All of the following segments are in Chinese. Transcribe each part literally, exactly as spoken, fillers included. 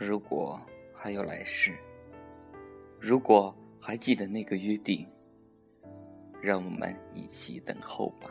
如果还有来世，如果还记得那个约定，让我们一起等候吧。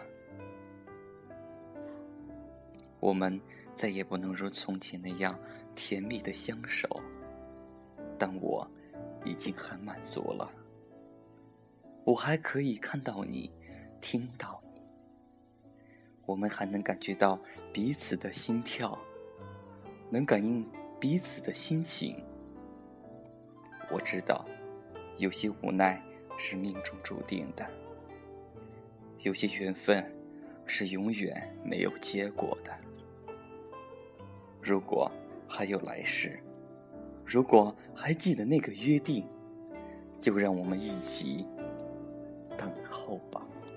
我们再也不能如从前那样甜蜜的相守，但我已经很满足了。我还可以看到你，听到你，我们还能感觉到彼此的心跳，能感应彼此的心情。我知道有些无奈是命中注定的，有些缘分是永远没有结果的。如果还有来世，如果还记得那个约定，就让我们一起等候吧。